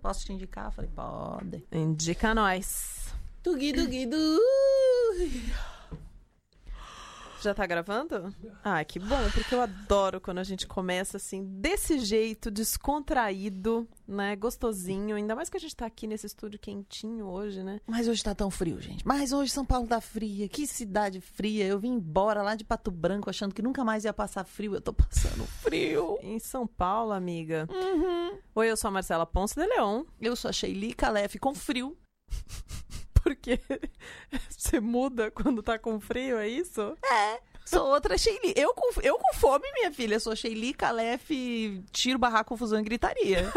Posso te indicar? Eu falei, pode. Indica nós. Duguidu. Já tá gravando? Ah, que bom, porque eu adoro quando a gente começa assim, desse jeito, descontraído, né, gostosinho. Ainda mais que a gente tá aqui nesse estúdio quentinho hoje, né? Mas hoje tá tão frio, gente. Mas hoje São Paulo tá fria. Que cidade fria. Eu vim embora lá de Pato Branco achando que nunca mais ia passar frio. Eu tô passando frio. Em São Paulo, amiga. Uhum. Oi, eu sou a Marcela Ponce de Leon. Eu sou a Sheili Calef com frio. Porque você muda quando tá com frio, é isso? Sou outra Sheili. Eu com fome, minha filha. Sou Sheili Calef, tiro, barraco, confusão e gritaria.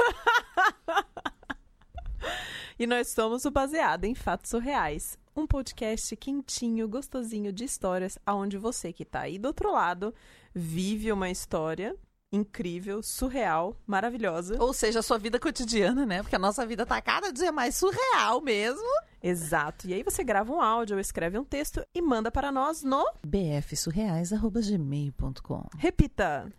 E nós somos o Baseado em Fatos Surreais. Um podcast quentinho, gostosinho de histórias, onde você que tá aí do outro lado vive uma história incrível, surreal, maravilhosa. Ou seja, a sua vida cotidiana, né? Porque a nossa vida tá cada dia mais surreal mesmo. Exato. E aí você grava um áudio ou escreve um texto e manda para nós no bfsurreais@gmail.com. Repita.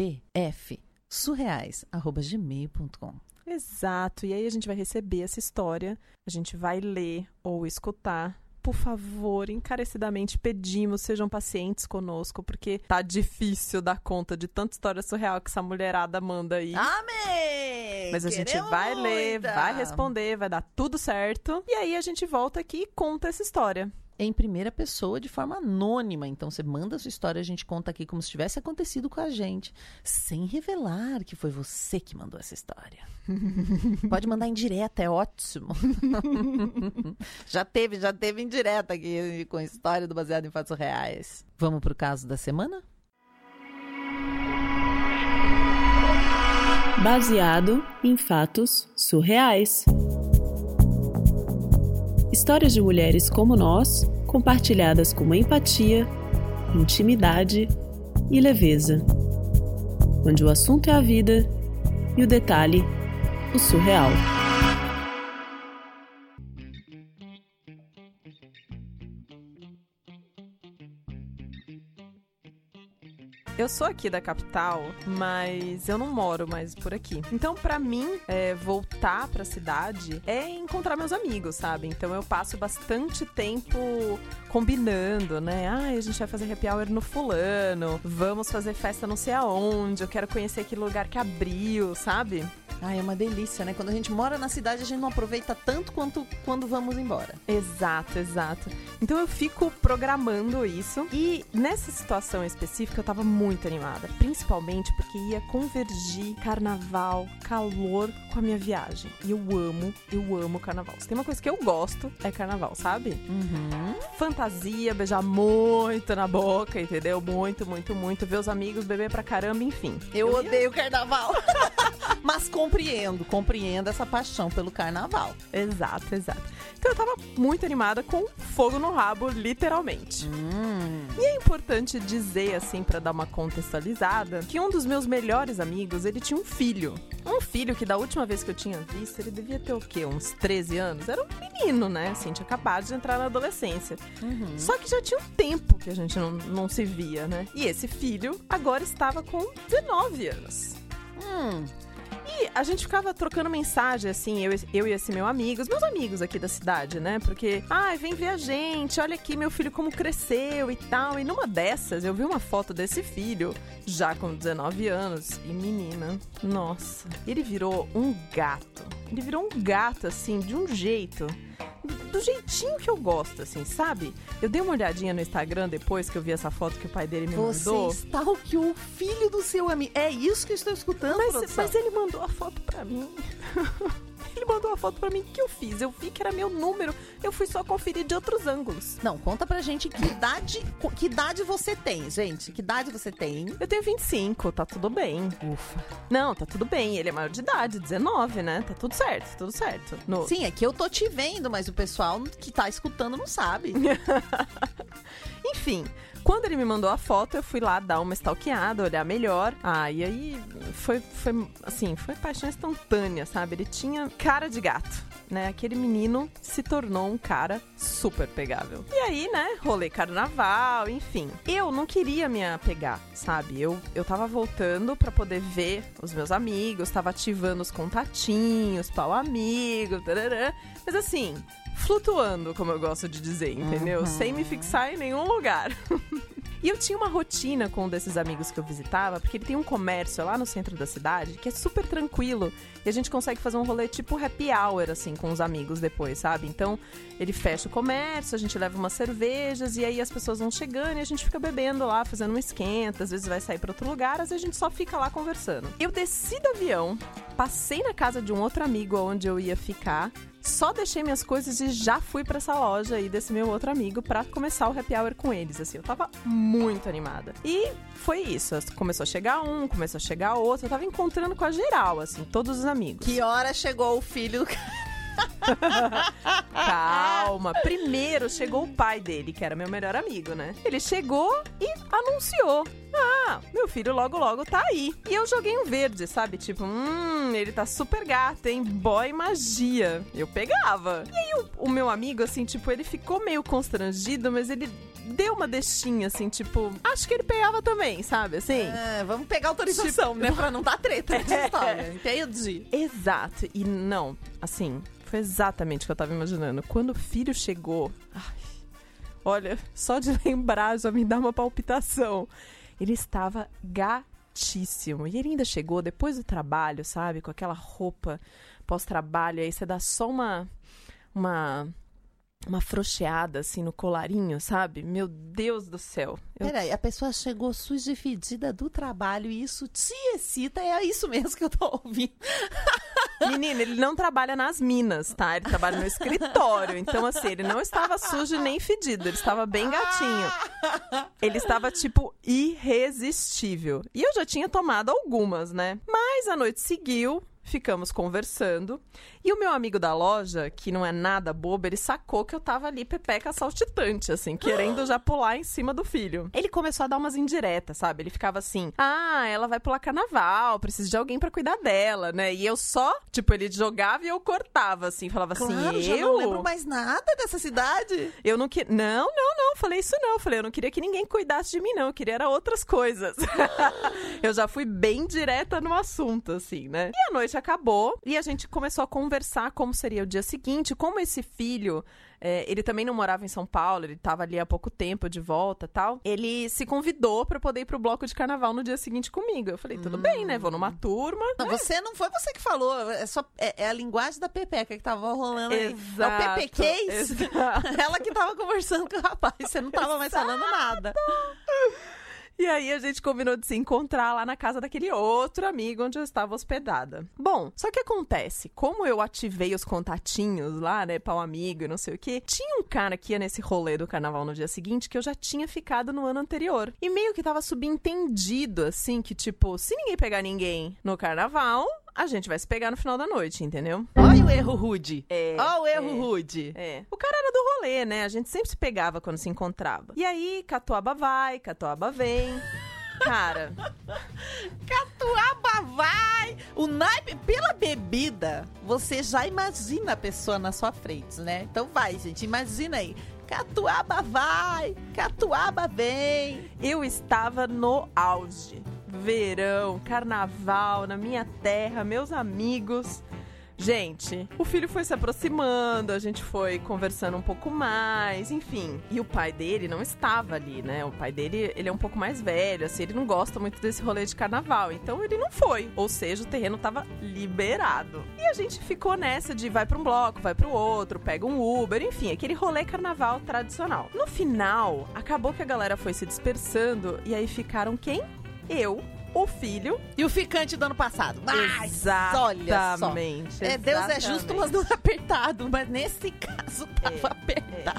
bfsurreais@gmail.com. Exato. E aí a gente vai receber essa história, a gente vai ler ou escutar. Por favor, encarecidamente pedimos, sejam pacientes conosco, porque tá difícil dar conta de tanta história surreal que essa mulherada manda aí. Amém! Mas a gente vai ler, vai responder, vai dar tudo certo. E aí a gente volta aqui e conta essa história. Em primeira pessoa, de forma anônima. Então, você manda a sua história, a gente conta aqui como se tivesse acontecido com a gente, sem revelar que foi você que mandou essa história. Pode mandar em direta, é ótimo. Já teve em direta aqui com a história do Baseado em Fatos Reais. Vamos pro caso da semana? Baseado em fatos surreais. Histórias de mulheres como nós, compartilhadas com empatia, intimidade e leveza. Onde o assunto é a vida e o detalhe, o surreal. Eu sou aqui da capital, mas eu não moro mais por aqui. Então, pra mim, voltar pra cidade é encontrar meus amigos, sabe? Então, eu passo bastante tempo combinando, né? A gente vai fazer happy hour no fulano, vamos fazer festa não sei aonde, eu quero conhecer aquele lugar que abriu, sabe? É uma delícia, né? Quando a gente mora na cidade, a gente não aproveita tanto quanto quando vamos embora. Exato. Então eu fico programando isso. E nessa situação específica eu tava muito animada. Principalmente porque ia convergir carnaval, calor com a minha viagem. E eu amo carnaval. Se tem uma coisa que eu gosto, é carnaval, sabe? Uhum. Fantasia, beijar muito na boca, entendeu? Muito. Ver os amigos, beber pra caramba, enfim. Eu odeio carnaval. Mas compreendo essa paixão pelo carnaval. Exato. Então eu tava muito animada com fogo no rabo, literalmente. E é importante dizer, assim, pra dar uma contextualizada, que um dos meus melhores amigos, ele tinha um filho. Um filho que da última vez que eu tinha visto, ele devia ter o quê? Uns 13 anos? Era um menino, né? Assim, tinha acabado de entrar na adolescência. Só que já tinha um tempo que a gente não se via, né? E esse filho agora estava com 19 anos. E a gente ficava trocando mensagem, assim, eu e esse meu amigo, os meus amigos aqui da cidade, né? Porque, vem ver a gente, olha aqui meu filho como cresceu e tal. E numa dessas, eu vi uma foto desse filho, já com 19 anos. E menina, nossa, ele virou um gato. Ele virou um gato, assim, de um jeito... Do jeitinho que eu gosto, assim, sabe? Eu dei uma olhadinha no Instagram depois que eu vi essa foto que o pai dele me mandou. Você stalkeou o filho do seu amigo. É isso que eu estou escutando, mas ele mandou a foto pra mim. Ele mandou a foto pra mim. O que eu fiz? Eu vi que era meu número. Eu fui só conferir de outros ângulos. Não, conta pra gente que idade você tem, gente. Que idade você tem? Eu tenho 25, tá tudo bem. Ufa. Não, tá tudo bem. Ele é maior de idade, 19, né? Tá tudo certo. Sim, é que eu tô te vendo, mas o pessoal que tá escutando não sabe. Enfim, quando ele me mandou a foto, eu fui lá dar uma stalkeada, olhar melhor. E aí foi paixão instantânea, sabe? Ele tinha cara de gato, né? Aquele menino se tornou um cara super pegável. E aí, né, rolê carnaval, enfim. Eu não queria me apegar, sabe? Eu tava voltando pra poder ver os meus amigos, tava ativando os contatinhos, pau amigo, tarará. Mas assim, flutuando, como eu gosto de dizer, entendeu? Sem me fixar em nenhum lugar. E eu tinha uma rotina com um desses amigos que eu visitava, porque ele tem um comércio lá no centro da cidade que é super tranquilo. E a gente consegue fazer um rolê tipo happy hour, assim, com os amigos depois, sabe? Então, ele fecha o comércio, a gente leva umas cervejas e aí as pessoas vão chegando e a gente fica bebendo lá, fazendo um esquenta. Às vezes vai sair pra outro lugar, às vezes a gente só fica lá conversando. Eu desci do avião, passei na casa de um outro amigo onde eu ia ficar, só deixei minhas coisas e já fui pra essa loja aí desse meu outro amigo pra começar o happy hour com eles, assim. Eu tava muito animada. E foi isso. Começou a chegar um, começou a chegar outro. Eu tava encontrando com a geral, assim, todos os amigos. Que hora chegou o filho? Calma. Primeiro chegou o pai dele, que era meu melhor amigo, né? Ele chegou e anunciou. Meu filho logo tá aí. E eu joguei um verde, sabe? Tipo, ele tá super gato, hein? Boy magia. Eu pegava. E aí o meu amigo, assim, tipo, ele ficou meio constrangido, mas ele deu uma deixinha, assim, tipo, acho que ele pegava também, sabe? Assim. Vamos pegar autorização, né? Pra não dar treta nessa história. Entendi. Exato. E não, assim, foi exatamente o que eu tava imaginando. Quando o filho chegou, olha, só de lembrar já me dá uma palpitação. Ele estava gatíssimo. E ele ainda chegou depois do trabalho, sabe? Com aquela roupa pós-trabalho. Aí você dá só uma frouxeada, assim, no colarinho, sabe? Meu Deus do céu. Peraí, a pessoa chegou suja e fedida do trabalho e isso te excita? É isso mesmo que eu tô ouvindo. Menina, ele não trabalha nas minas, tá? Ele trabalha no escritório. Então, assim, ele não estava sujo nem fedido. Ele estava bem gatinho. Ele estava, tipo, irresistível. E eu já tinha tomado algumas, né? Mas a noite seguiu. Ficamos conversando. E o meu amigo da loja, que não é nada bobo, ele sacou que eu tava ali pepeca saltitante, assim, querendo já pular em cima do filho. Ele começou a dar umas indiretas, sabe? Ele ficava assim, ela vai pular carnaval, preciso de alguém pra cuidar dela, né? E eu só, tipo, ele jogava e eu cortava, assim, falava claro, assim, já não lembro mais nada dessa cidade. Eu não queria... Não, falei isso não. Falei, eu não queria que ninguém cuidasse de mim, não. Eu queria era outras coisas. Eu já fui bem direta no assunto, assim, né? E a noite acabou e a gente começou a conversar como seria o dia seguinte, como esse filho, ele também não morava em São Paulo, ele estava ali há pouco tempo de volta e tal, ele se convidou para poder ir pro bloco de carnaval no dia seguinte comigo. Eu falei, tudo bem, né, vou numa turma. Não, não foi você que falou, é a linguagem da pepeca que tava rolando aí. Exato, é o pepequês, ela que tava conversando com o rapaz, você não tava mais falando nada. E aí a gente combinou de se encontrar lá na casa daquele outro amigo onde eu estava hospedada. Bom, só que acontece, como eu ativei os contatinhos lá, né, pau amigo e não sei o quê, tinha um cara que ia nesse rolê do carnaval no dia seguinte que eu já tinha ficado no ano anterior. E meio que tava subentendido, assim, que tipo, se ninguém pegar ninguém no carnaval, a gente vai se pegar no final da noite, entendeu? Olha o erro rude. Olha o erro rude. O cara era do rolê, né? A gente sempre se pegava quando se encontrava. E aí, catuaba vai, catuaba vem. Cara... Catuaba vai! O naipe, pela bebida, você já imagina a pessoa na sua frente, né? Então vai, gente, imagina aí. Catuaba vai, catuaba vem. Eu estava no auge. Verão, carnaval, na minha terra, meus amigos. Gente, o filho foi se aproximando, a gente foi conversando um pouco mais, enfim. E o pai dele não estava ali, né? O pai dele, ele é um pouco mais velho, assim, ele não gosta muito desse rolê de carnaval. Então ele não foi, ou seja, o terreno tava liberado. E a gente ficou nessa de vai pra um bloco, vai pro outro, pega um Uber, enfim, aquele rolê carnaval tradicional. No final, acabou que a galera foi se dispersando e aí ficaram quem? Eu, o filho e o ficante do ano passado. Mas, exatamente. Olha só. Deus é justo, mas não apertado. Mas nesse caso tava apertado.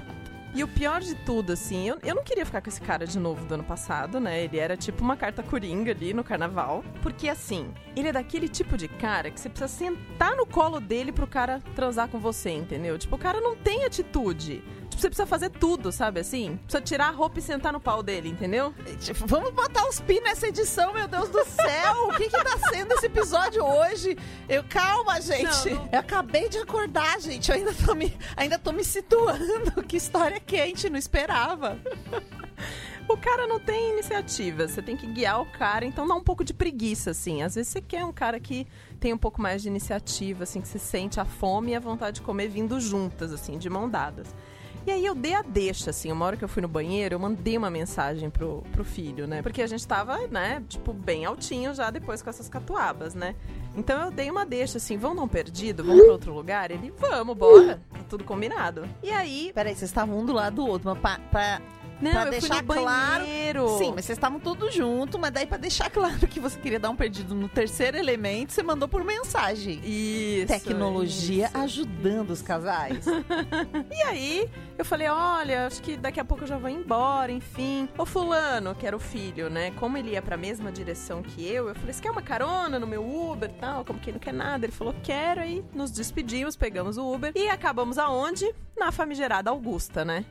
E o pior de tudo, assim, eu não queria ficar com esse cara de novo do ano passado, né? Ele era tipo uma carta coringa ali no carnaval. Porque, assim, ele é daquele tipo de cara que você precisa sentar no colo dele pro cara transar com você, entendeu? Tipo, o cara não tem atitude. Tipo, você precisa fazer tudo, sabe assim? Precisa tirar a roupa e sentar no pau dele, entendeu? Vamos botar os pi nessa edição, meu Deus do céu! O que tá sendo esse episódio hoje? Calma, gente! Não. Eu acabei de acordar, gente. Eu ainda tô me situando. Que história quente, não esperava. O cara não tem iniciativa, você tem que guiar o cara, então dá um pouco de preguiça, assim. Às vezes você quer um cara que tem um pouco mais de iniciativa, assim, que você sente a fome e a vontade de comer vindo juntas, assim, de mão dadas. E aí eu dei a deixa, assim, uma hora que eu fui no banheiro, eu mandei uma mensagem pro filho, né? Porque a gente tava, né, tipo, bem altinho já depois com essas catuabas, né? Então eu dei uma deixa, assim, vamos dar um perdido? Vamos pra outro lugar? Ele, vamos, bora. Tá tudo combinado. E aí... Peraí, vocês estavam um do lado do outro, mas Não, pra eu deixar fui no claro. banheiro. Sim, mas vocês estavam todos juntos, mas daí pra deixar claro que você queria dar um perdido no terceiro elemento, você mandou por mensagem. Isso. Tecnologia isso. ajudando os casais. E aí, eu falei, olha, acho que daqui a pouco eu já vou embora, enfim. O fulano, que era o filho, né, como ele ia pra mesma direção que eu falei, você quer uma carona no meu Uber e tal? Como quem não quer nada. Ele falou, quero. Aí nos despedimos, pegamos o Uber e acabamos aonde? Na famigerada Augusta, né?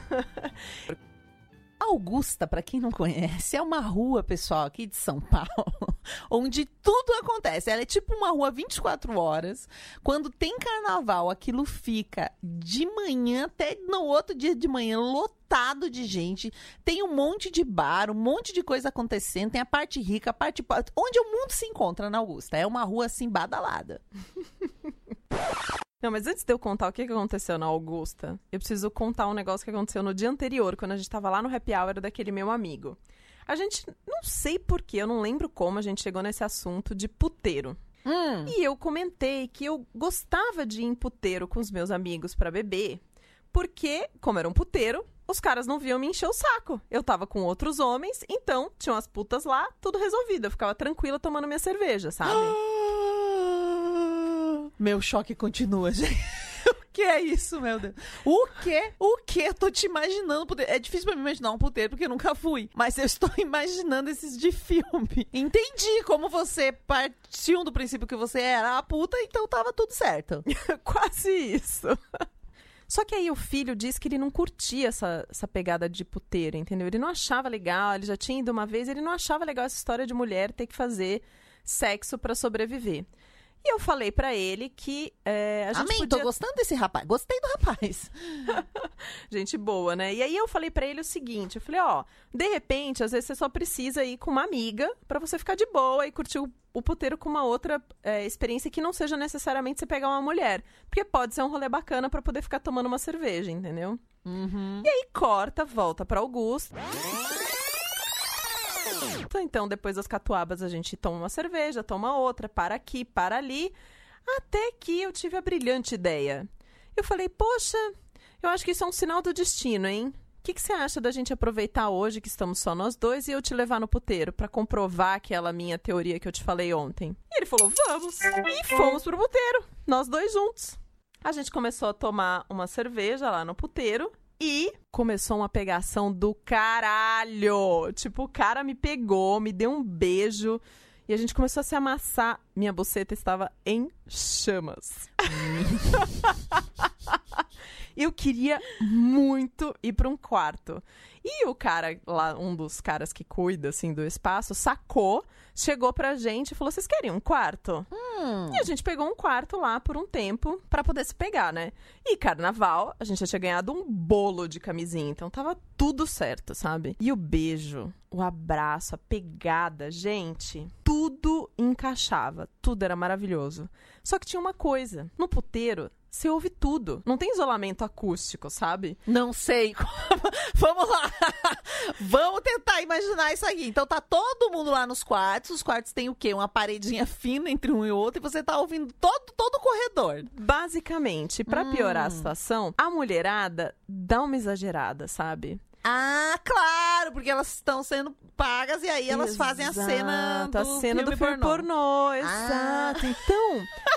Augusta, pra quem não conhece, é uma rua, pessoal, aqui de São Paulo, onde tudo acontece. Ela é tipo uma rua 24 horas. Quando tem carnaval, aquilo fica de manhã até no outro dia de manhã lotado de gente. Tem um monte de bar, um monte de coisa acontecendo. Tem a parte rica, a parte pobre. Onde o mundo se encontra na Augusta. É uma rua assim badalada. Não, mas antes de eu contar o que aconteceu na Augusta, eu preciso contar um negócio que aconteceu no dia anterior, quando a gente tava lá no happy hour daquele meu amigo. A gente, não sei porquê, eu não lembro como a gente chegou nesse assunto de puteiro. E eu comentei que eu gostava de ir em puteiro com os meus amigos pra beber, porque, como era um puteiro, os caras não vinham me encher o saco. Eu tava com outros homens, então tinham as putas lá, tudo resolvido. Eu ficava tranquila tomando minha cerveja, sabe? Meu choque continua, gente. O que é isso, meu Deus? O quê? O quê? Eu tô te imaginando puteiro. É difícil pra mim imaginar um puteiro, porque eu nunca fui. Mas eu estou imaginando esses de filme. Entendi como você partiu do princípio que você era a puta, então tava tudo certo. Quase isso. Só que aí o filho disse que ele não curtia essa pegada de puteiro, entendeu? Ele não achava legal, ele já tinha ido uma vez, ele não achava legal essa história de mulher ter que fazer sexo pra sobreviver. E eu falei pra ele que a gente Amém, podia... tô gostando desse rapaz. Gostei do rapaz. Gente boa, né? E aí eu falei pra ele o seguinte, eu falei, ó, de repente, às vezes você só precisa ir com uma amiga pra você ficar de boa e curtir o puteiro com uma outra experiência que não seja necessariamente você pegar uma mulher. Porque pode ser um rolê bacana pra poder ficar tomando uma cerveja, entendeu? Uhum. E aí corta, volta pra Augusta. Então, depois das catuabas, a gente toma uma cerveja, toma outra, para aqui, para ali, até que eu tive a brilhante ideia. Eu falei, poxa, eu acho que isso é um sinal do destino, hein? O que você acha da gente aproveitar hoje que estamos só nós dois e eu te levar no puteiro pra comprovar aquela minha teoria que eu te falei ontem? E ele falou, vamos! E fomos pro puteiro, nós dois juntos. A gente começou a tomar uma cerveja lá no puteiro. E começou uma pegação do caralho. Tipo, o cara me pegou, me deu um beijo e a gente começou a se amassar. Minha buceta estava em chamas. Eu queria muito ir para um quarto. E o cara lá, um dos caras que cuida, assim, do espaço, sacou, chegou pra gente e falou, vocês querem um quarto? E a gente pegou um quarto lá por um tempo pra poder se pegar, né? E carnaval, a gente já tinha ganhado um bolo de camisinha, então tava tudo certo, sabe? E o beijo, o abraço, a pegada, gente, tudo encaixava, tudo era maravilhoso. Só que tinha uma coisa, no puteiro, você ouve tudo. Não tem isolamento acústico, sabe? Não sei. Vamos lá. Vamos tentar imaginar isso aqui. Então tá todo mundo lá nos quartos. Os quartos têm o quê? Uma paredinha fina entre um e outro. E você tá ouvindo todo o corredor. Basicamente, pra piorar a situação, a mulherada dá uma exagerada, sabe? Ah, claro, porque elas estão sendo pagas e aí elas fazem a cena do filme pornô. Exato. Então,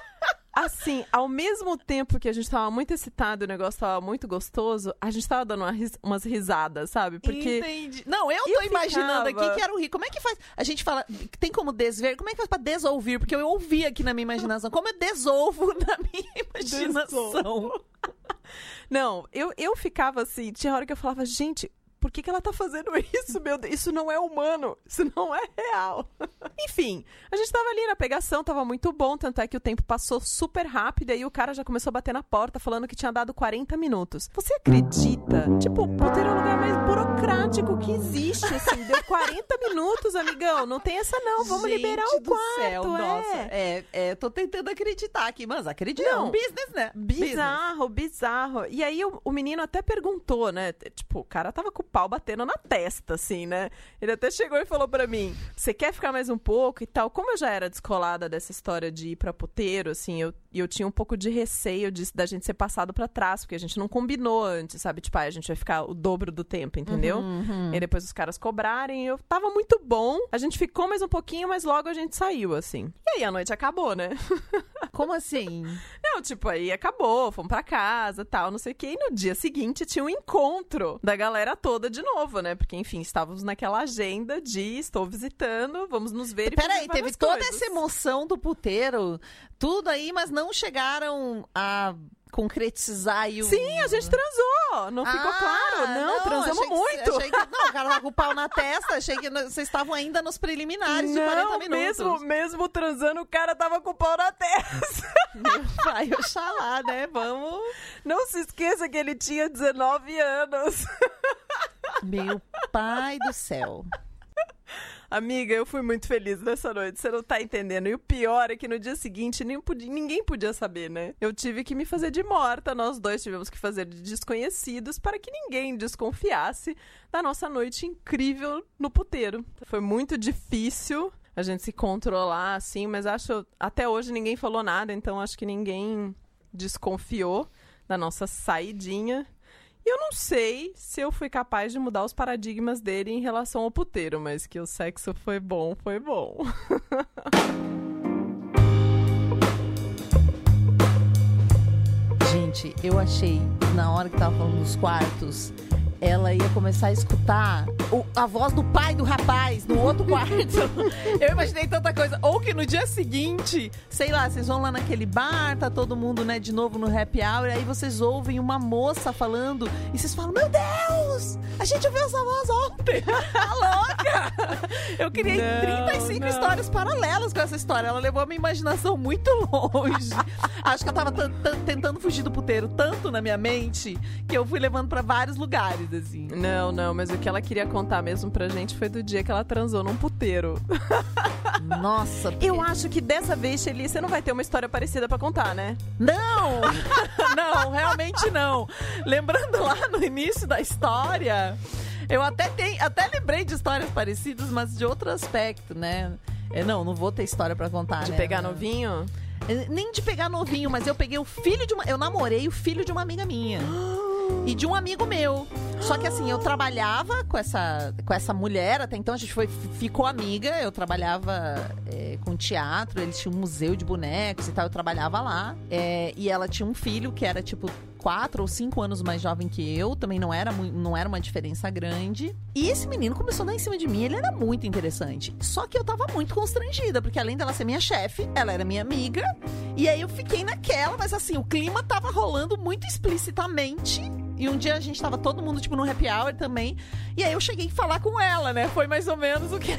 Assim, ao mesmo tempo que a gente tava muito excitado e o negócio tava muito gostoso, a gente tava dando umas risadas, sabe? Porque Entendi. Não, eu tô imaginando aqui que era o rir. Como é que faz? A gente fala, tem como desver? Como é que faz pra desouvir? Porque eu ouvi aqui na minha imaginação. Como eu desolvo na minha imaginação? Não, eu ficava assim, tinha hora que eu falava, gente, por que ela tá fazendo isso, meu Deus? Isso não é humano, isso não é real. Enfim, a gente tava ali na pegação, tava muito bom, tanto é que o tempo passou super rápido, e aí o cara já começou a bater na porta, falando que tinha dado 40 minutos. Você acredita? Tipo, o puteiro é o lugar mais burocrático que existe, assim, deu 40 minutos, amigão, não tem essa não, vamos Gente liberar o do quarto, céu, nossa. Tô tentando acreditar aqui, mas acredito. Não, é um business, né? Bizarro. E aí o menino até perguntou, né? Tipo, o cara tava com o pau batendo na testa, assim, né? Ele até chegou e falou pra mim, você quer ficar mais um pouco e tal? Como eu já era descolada dessa história de ir pra puteiro, assim, eu tinha um pouco de receio da gente ser passado pra trás, porque a gente não combinou antes, sabe? Tipo, a gente vai ficar o dobro do tempo, entendeu? E depois os caras cobrarem, eu tava muito bom. A gente ficou mais um pouquinho, mas logo a gente saiu, assim. E aí a noite acabou, né? Como assim? Não, tipo, aí acabou, fomos pra casa, tal, não sei o quê. E no dia seguinte tinha um encontro da galera toda de novo, né? Porque, enfim, estávamos naquela agenda de estou visitando, vamos nos ver e Peraí, fazer teve várias toda coisas. essa emoção do puteiro, tudo aí, mas não chegaram a concretizar aí o... Sim, a gente transou, não ficou claro? Não, transamos muito. Achei que, não, o cara tava com o pau na testa, achei que vocês estavam ainda nos preliminares de 40 minutos. Mesmo transando, o cara tava com o pau na testa. Meu pai, oxalá, né? Vamos... Não se esqueça que ele tinha 19 anos. Meu pai do céu. Amiga, eu fui muito feliz nessa noite, você não tá entendendo. E o pior é que no dia seguinte ninguém podia saber, né? Eu tive que me fazer de morta, nós dois tivemos que fazer de desconhecidos para que ninguém desconfiasse da nossa noite incrível no puteiro. Foi muito difícil a gente se controlar, assim, mas acho até hoje ninguém falou nada, então acho que ninguém desconfiou da nossa saidinha. E eu não sei se eu fui capaz de mudar os paradigmas dele em relação ao puteiro, mas que o sexo foi bom, foi bom. Gente, eu achei, na hora que tava falando dos quartos, ela ia começar a escutar a voz do pai do rapaz no outro quarto. Eu imaginei tanta coisa. Ou que no dia seguinte, sei lá, vocês vão lá naquele bar, tá todo mundo, né, de novo no happy hour, aí vocês ouvem uma moça falando e vocês falam, meu Deus, a gente ouviu essa voz ontem. Tá louca? Eu criei 35 histórias paralelas com essa história. Ela levou a minha imaginação muito longe. Acho que eu tava tentando fugir do puteiro tanto na minha mente que eu fui levando pra vários lugares. Assim. Não, mas o que ela queria contar mesmo pra gente foi do dia que ela transou num puteiro. Nossa. Eu acho que dessa vez, Shelly, você não vai ter uma história parecida pra contar, né? Não! Não, realmente não. Lembrando lá no início da história, eu até lembrei de histórias parecidas, mas de outro aspecto, né? Não vou ter história pra contar, de né? pegar novinho? Nem de pegar novinho, mas eu peguei eu namorei o filho de uma amiga minha. E de um amigo meu. Só que assim, eu trabalhava com essa mulher, até então a gente ficou amiga, eu trabalhava com teatro, eles tinham um museu de bonecos e tal, eu trabalhava lá. E ela tinha um filho que era tipo 4 ou 5 anos mais jovem que eu, também não era uma diferença grande. E esse menino começou a dar em cima de mim, ele era muito interessante. Só que eu tava muito constrangida, porque além dela ser minha chefe, ela era minha amiga. E aí eu fiquei naquela, mas assim, o clima tava rolando muito explicitamente. E um dia a gente tava todo mundo, tipo, no happy hour também. E aí eu cheguei a falar com ela, né? Foi mais ou menos o que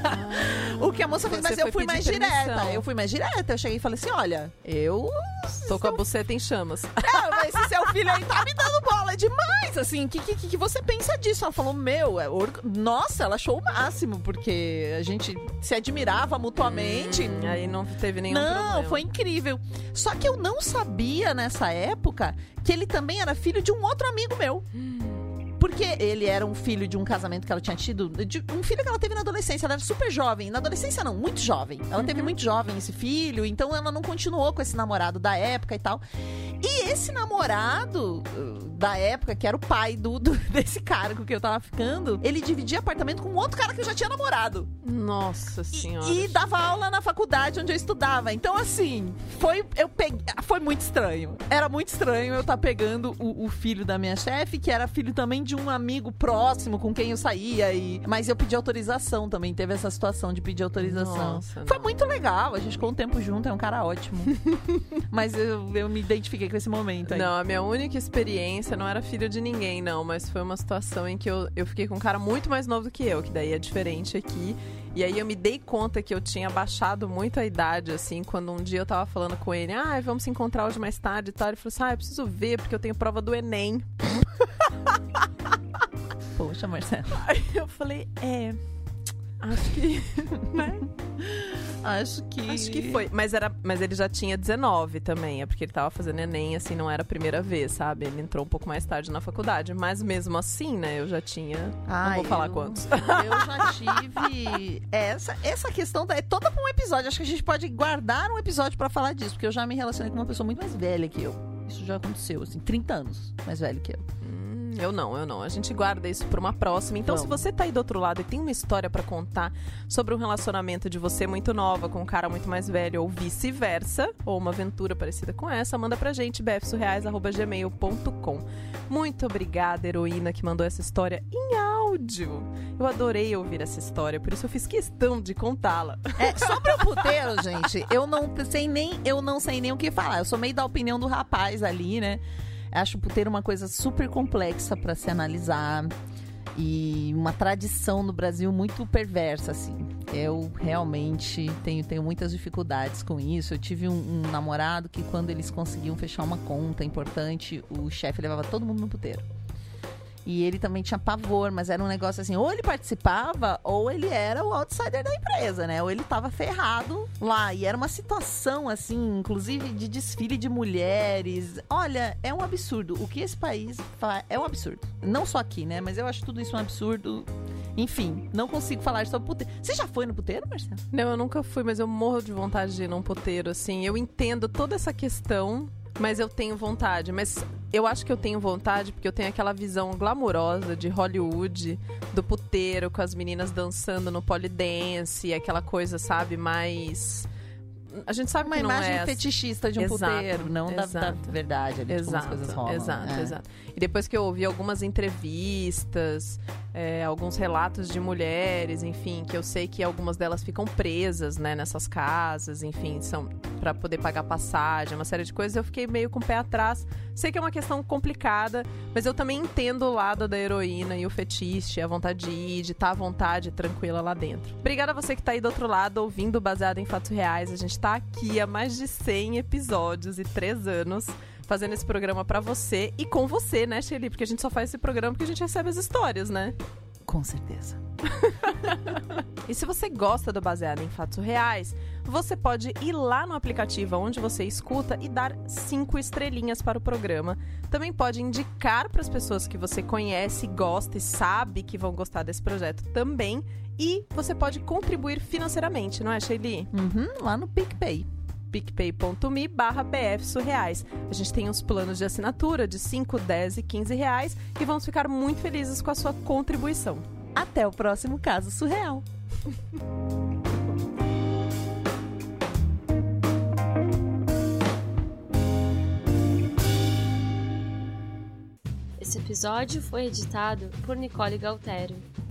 a moça fez. Mas eu fui mais direta. Eu cheguei e falei assim, olha, tô com a buceta em chamas. Mas esse seu filho aí tá me dando bola demais, assim. O que você pensa disso? Ela falou, nossa, ela achou o máximo, porque a gente se admirava mutuamente. Aí não teve nenhum problema. Não, foi incrível. Só que eu não sabia nessa época que ele também era filho de um outro amigo meu. Porque ele era um filho de um casamento que ela tinha tido, um filho que ela teve na adolescência, ela era super jovem. Na adolescência não, muito jovem. Ela teve muito jovem esse filho, então ela não continuou com esse namorado da época e tal. E esse namorado da época, que era o pai desse cara com quem eu tava ficando, ele dividia apartamento com outro cara que eu já tinha namorado. Nossa senhora. E dava aula na faculdade onde eu estudava. Então, assim, foi muito estranho. Era muito estranho eu estar pegando o filho da minha chefe, que era filho também de um amigo próximo com quem eu saía. Mas eu pedi autorização também. Teve essa situação de pedir autorização. Nossa, foi muito legal. A gente ficou um tempo junto, é um cara ótimo. Mas eu me identifiquei com esse momento aí. Não, a minha única experiência não era filho de ninguém, não. Mas foi uma situação em que eu fiquei com um cara muito mais novo do que eu, que daí é diferente aqui. E aí eu me dei conta que eu tinha baixado muito a idade, assim, quando um dia eu tava falando com ele, vamos se encontrar hoje mais tarde e tal. Ele falou assim, eu preciso ver, porque eu tenho prova do Enem. Poxa, Marcelo. Aí eu falei, acho que, né? Acho que foi. Mas ele já tinha 19 também. É porque ele tava fazendo Enem, assim, não era a primeira vez, sabe? Ele entrou um pouco mais tarde na faculdade. Mas mesmo assim, né? Eu já tinha... não vou falar quantos. Eu já tive... Essa questão é toda pra um episódio. Acho que a gente pode guardar um episódio pra falar disso. Porque eu já me relacionei com uma pessoa muito mais velha que eu. Isso já aconteceu, assim. 30 anos mais velho que eu. Eu não. A gente guarda isso pra uma próxima. Então, se você tá aí do outro lado e tem uma história pra contar sobre um relacionamento de você muito nova com um cara muito mais velho ou vice-versa, ou uma aventura parecida com essa, manda pra gente, bfsurreais@gmail.com. Muito obrigada, heroína, que mandou essa história em áudio. Eu adorei ouvir essa história, por isso eu fiz questão de contá-la. Sobre o puteiro, gente, eu não sei nem o que falar. Eu sou meio da opinião do rapaz ali, né? Acho o puteiro uma coisa super complexa para se analisar e uma tradição no Brasil muito perversa, assim. Eu realmente tenho muitas dificuldades com isso. Eu tive um namorado que quando eles conseguiam fechar uma conta importante, o chefe levava todo mundo no puteiro. E ele também tinha pavor, mas era um negócio assim, ou ele participava, ou ele era o outsider da empresa, né? Ou ele tava ferrado lá. E era uma situação, assim, inclusive de desfile de mulheres. Olha, é um absurdo. O que esse país faz é um absurdo. Não só aqui, né? Mas eu acho tudo isso um absurdo. Enfim, não consigo falar sobre puteiro. Você já foi no puteiro, Marcelo? Não, eu nunca fui, mas eu morro de vontade de ir num puteiro, assim. Eu entendo toda essa questão, mas eu tenho vontade. Mas eu acho que eu tenho vontade porque eu tenho aquela visão glamurosa de Hollywood, do puteiro, com as meninas dançando no polidense, aquela coisa, sabe, mais... A gente sabe uma que não imagem é fetichista de um puteiro, não da verdade ali, como as coisas rolam. Exato. E depois que eu ouvi algumas entrevistas, alguns relatos de mulheres, enfim, que eu sei que algumas delas ficam presas, né, nessas casas, enfim, são pra poder pagar passagem, uma série de coisas, eu fiquei meio com o pé atrás. Sei que é uma questão complicada, mas eu também entendo o lado da heroína e o fetiche, a vontade de ir, de estar à vontade, tranquila lá dentro. Obrigada a você que tá aí do outro lado, ouvindo Baseado em Fatos Reais. A gente tá aqui há mais de 100 episódios e 3 anos fazendo esse programa pra você e com você, né, Shelly? Porque a gente só faz esse programa porque a gente recebe as histórias, né? Com certeza. E se você gosta do Baseado em Fatos Reais, você pode ir lá no aplicativo onde você escuta e dar 5 estrelinhas para o programa. Também pode indicar para as pessoas que você conhece, gosta e sabe que vão gostar desse projeto também. E você pode contribuir financeiramente, não é, Shelly? Lá no PicPay. picpay.me/bfsurreais. A gente tem uns planos de assinatura de 5, 10 e 15 reais e vamos ficar muito felizes com a sua contribuição. Até o próximo Caso Surreal. Esse episódio foi editado por Nicole Galtério.